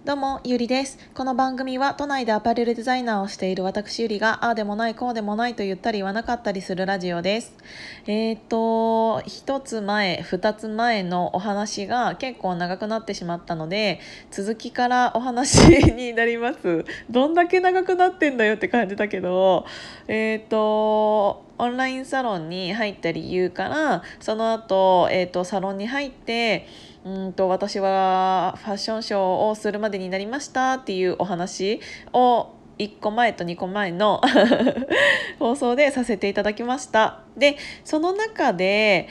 どうも、ゆりです。この番組は都内でアパレルデザイナーをしている私ゆりが、ああでもない、こうでもないと言ったり言わなかったりするラジオです。一つ前、二つ前のお話が結構長くなってしまったので、続きからお話になります。どんだけ長くなってんだよって感じだけど、オンラインサロンに入った理由から、その後、サロンに入って、私はファッションショーをするまでになりましたっていうお話を1個前と2個前の放送でさせていただきました。で、その中で、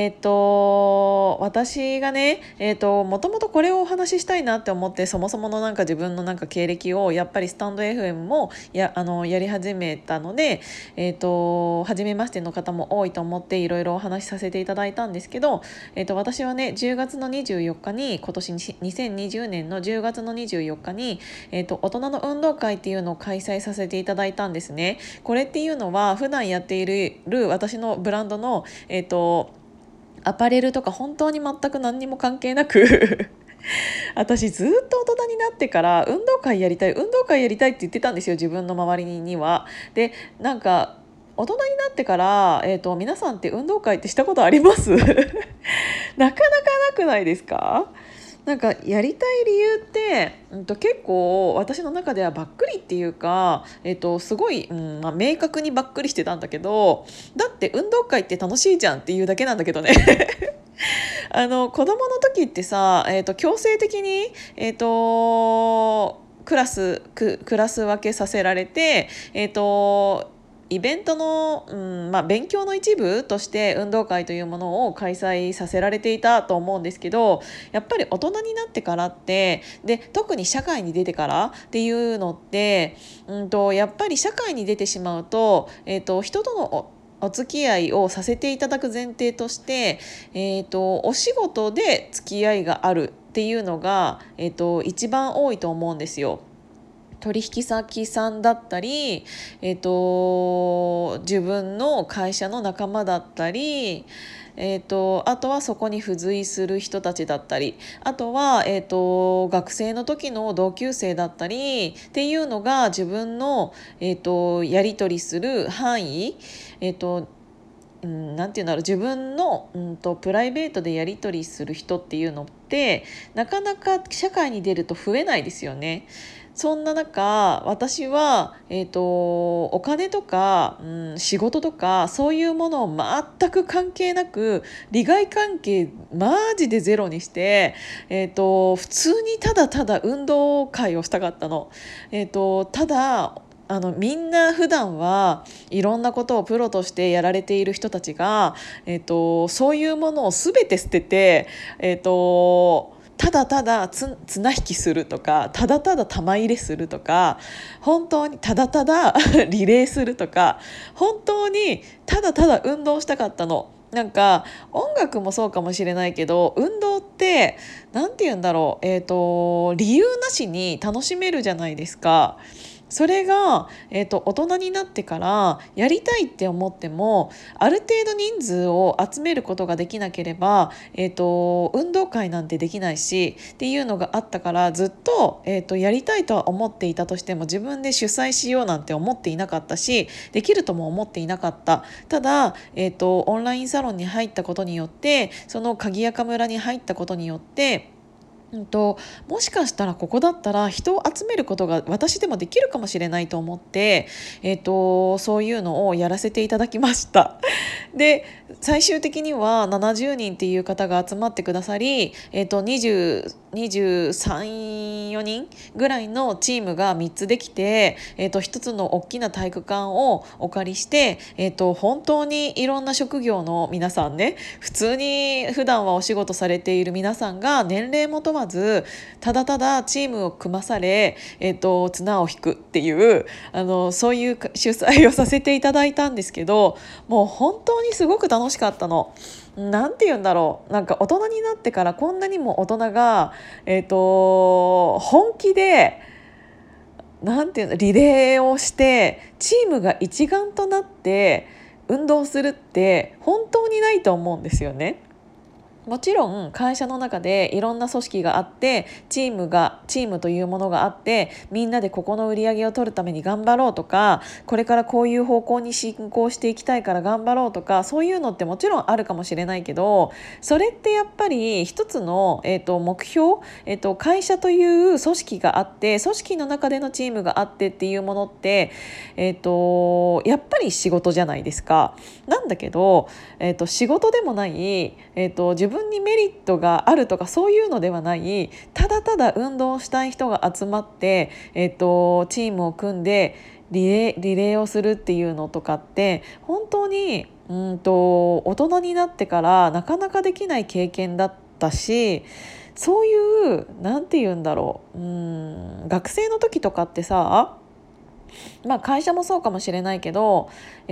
私がね、もともとこれをお話ししたいなって思って、そもそもの自分の経歴をやっぱりスタンド FM もやり始めたので、初めましての方も多いと思っていろいろお話しさせていただいたんですけど、私はね、10月の24日に、今年2020年の10月の24日に、大人の運動会っていうのを開催させていただいたんですね。これっていうのは普段やっている私のブランドの、アパレルとか本当に全く何にも関係なく私ずっと大人になってから運動会やりたいって言ってたんですよ、自分の周りには。で、大人になってから、皆さんって運動会ってしたことありますなかなかなくないですか？やりたい理由って、結構私の中ではばっくりっていうか、すごい、明確にばっくりしてたんだけど、だって運動会って楽しいじゃんっていうだけなんだけどね子供の時ってさ、強制的に、クラス分けさせられて、イベントの、勉強の一部として運動会というものを開催させられていたと思うんですけど、やっぱり大人になってからってで、特に社会に出てからっていうのって、やっぱり社会に出てしまうと、人とのお付き合いをさせていただく前提として、お仕事で付き合いがあるっていうのが、一番多いと思うんですよ。取引先さんだったり、自分の会社の仲間だったり、あとはそこに付随する人たちだったり、あとは、学生の時の同級生だったりっていうのが自分の、やり取りする範囲、なんていうんだろう、自分の、プライベートでやり取りする人っていうのってなかなか社会に出ると増えないですよね。そんな中、私は、お金とか、仕事とかそういうものを全く関係なく、利害関係マジでゼロにして、普通にただただ運動会をしたかったの。ただみんな普段はいろんなことをプロとしてやられている人たちが、そういうものを全て捨てて、ただただ綱引きするとか、ただただ玉入れするとか、本当にただただリレーするとか、本当にただただ運動したかったの。音楽もそうかもしれないけど、運動ってなんて言うんだろう、理由なしに楽しめるじゃないですか。それが、大人になってからやりたいって思っても、ある程度人数を集めることができなければ、運動会なんてできないしっていうのがあったから、ずっと、やりたいとは思っていたとしても自分で主催しようなんて思っていなかったし、できるとも思っていなかった。ただ、オンラインサロンに入ったことによって、その鍵垢村に入ったことによって、もしかしたらここだったら人を集めることが私でもできるかもしれないと思って、そういうのをやらせていただきましたで、最終的には70人っていう方が集まってくださり、23、4人ぐらいのチームが3つできて、1つの大きな体育館をお借りして、本当にいろんな職業の皆さんね、普通に普段はお仕事されている皆さんが年齢も問わず、ただただチームを組まされ、綱を引くっていう、そういう主催をさせていただいたんですけど、もう本当にすごく楽しかったの。なんて言うんだろう、大人になってからこんなにも大人が、本気でなんていうの、リレーをしてチームが一丸となって運動するって本当にないと思うんですよね。 もちろん会社の中でいろんな組織があってチームというものがあってみんなでここの売り上げを取るために頑張ろうとかこれからこういう方向に進行していきたいから頑張ろうとかそういうのってもちろんあるかもしれないけどそれってやっぱり一つの、目標、会社という組織があって組織の中でのチームがあってっていうものって、やっぱり仕事じゃないですか。なんだけど、仕事でもない、自分にメリットがあるとかそういうのではないただただ運動したい人が集まって、チームを組んでリレーをするっていうのとかって本当に大人になってからなかなかできない経験だったしそういうなんて言うんだろう、学生の時とかってさ会社もそうかもしれないけど、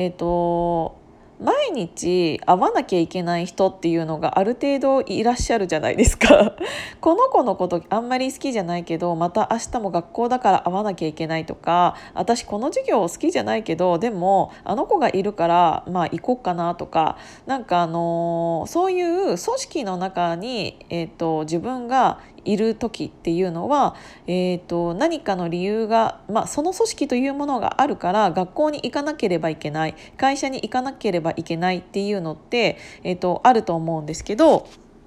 毎日会わなきゃいけない人っていうのがある程度いらっしゃるじゃないですかこの子のことあんまり好きじゃないけどまた明日も学校だから会わなきゃいけないとか私この授業好きじゃないけどでもあの子がいるから行こうかなとかそういう組織の中に、自分がいる時っていうのは、何かの理由が、その組織というものがあるから学校に行かなければいけない会社に行かなければいけないっていうのって、あると思うんですけど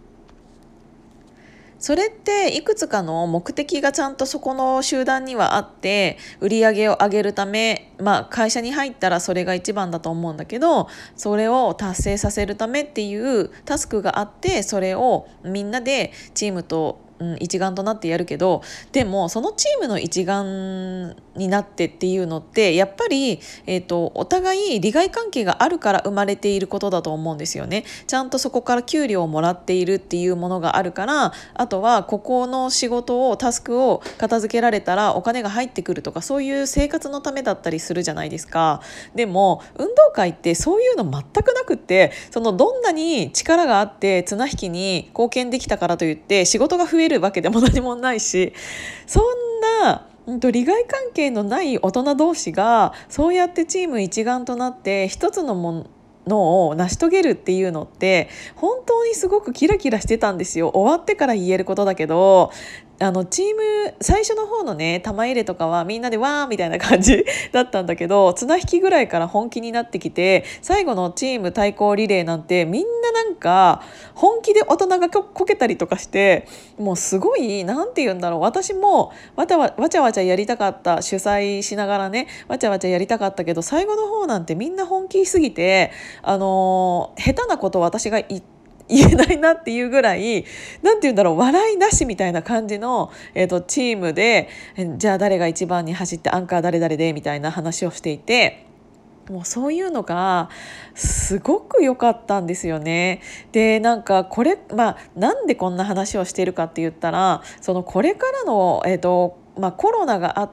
それっていくつかの目的がちゃんとそこの集団にはあって売り上げを上げるため、会社に入ったらそれが一番だと思うんだけどそれを達成させるためっていうタスクがあってそれをみんなでチームと一丸となってやるけどでもそのチームの一丸になってっていうのってやっぱり、お互い利害関係があるから生まれていることだと思うんですよね。ちゃんとそこから給料をもらっているっていうものがあるからあとはここの仕事をタスクを片付けられたらお金が入ってくるとかそういう生活のためだったりするじゃないですか。でも運動会ってそういうの全くなくってどんなに力があって綱引きに貢献できたからといって仕事が増えるわけでも何もないしそんな利害関係のない大人同士がそうやってチーム一丸となって一つのものを成し遂げるっていうのって本当にすごくキラキラしてたんですよ。終わってから言えることだけどチーム最初の方のね玉入れとかはみんなでわーみたいな感じだったんだけど綱引きぐらいから本気になってきて最後のチーム対抗リレーなんてみんななんか本気で大人がこけたりとかしてもうすごいなんて言うんだろう私もわちゃわちゃやりたかった主催しながらねわちゃわちゃやりたかったけど最後の方なんてみんな本気すぎて下手なことを私が言えないなっていうぐらいなんて言うんだろう笑いなしみたいな感じの、チームでじゃあ誰が一番に走ってアンカー誰々でみたいな話をしていてもうそういうのがすごく良かったんですよね。でなんかこれ、なんでこんな話をしているかって言ったらこれからの、コロナがあって、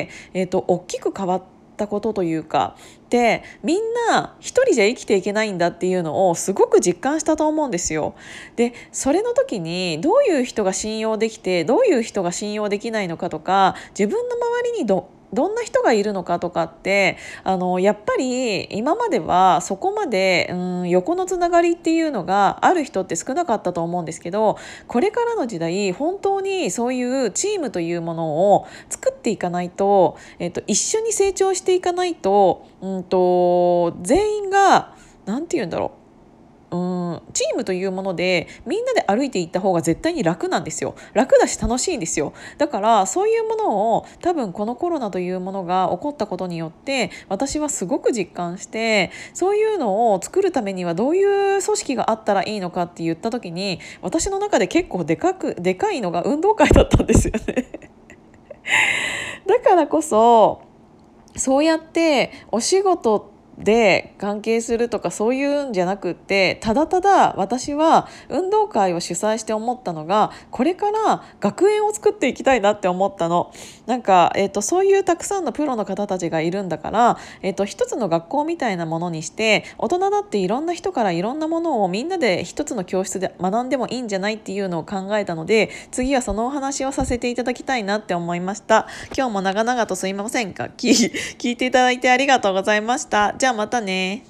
大きく変わったことというかでみんな一人じゃ生きていけないんだっていうのをすごく実感したと思うんですよ。でそれの時にどういう人が信用できてどういう人が信用できないのかとか自分の周りにどんな人がいるのかとかってやっぱり今まではそこまで横のつながりっていうのがある人って少なかったと思うんですけどこれからの時代本当にそういうチームというものを作っていかないと、一緒に成長していかないと、全員がなんて言うんだろうチームというものでみんなで歩いていった方が絶対に楽なんですよ。楽だし楽しいんですよ。だからそういうものを多分このコロナというものが起こったことによって私はすごく実感してそういうのを作るためにはどういう組織があったらいいのかって言った時に私の中で結構でかいのが運動会だったんですよねだからこそそうやってお仕事で関係するとかそういうんじゃなくってただただ私は運動会を主催して思ったのがこれから学園を作っていきたいなって思ったの。なんか、そういうたくさんのプロの方たちがいるんだから、一つの学校みたいなものにして大人だっていろんな人からいろんなものをみんなで一つの教室で学んでもいいんじゃないっていうのを考えたので次はそのお話をさせていただきたいなって思いました。今日も長々とすいませんが聞いていただいてありがとうございました。じゃあまたね。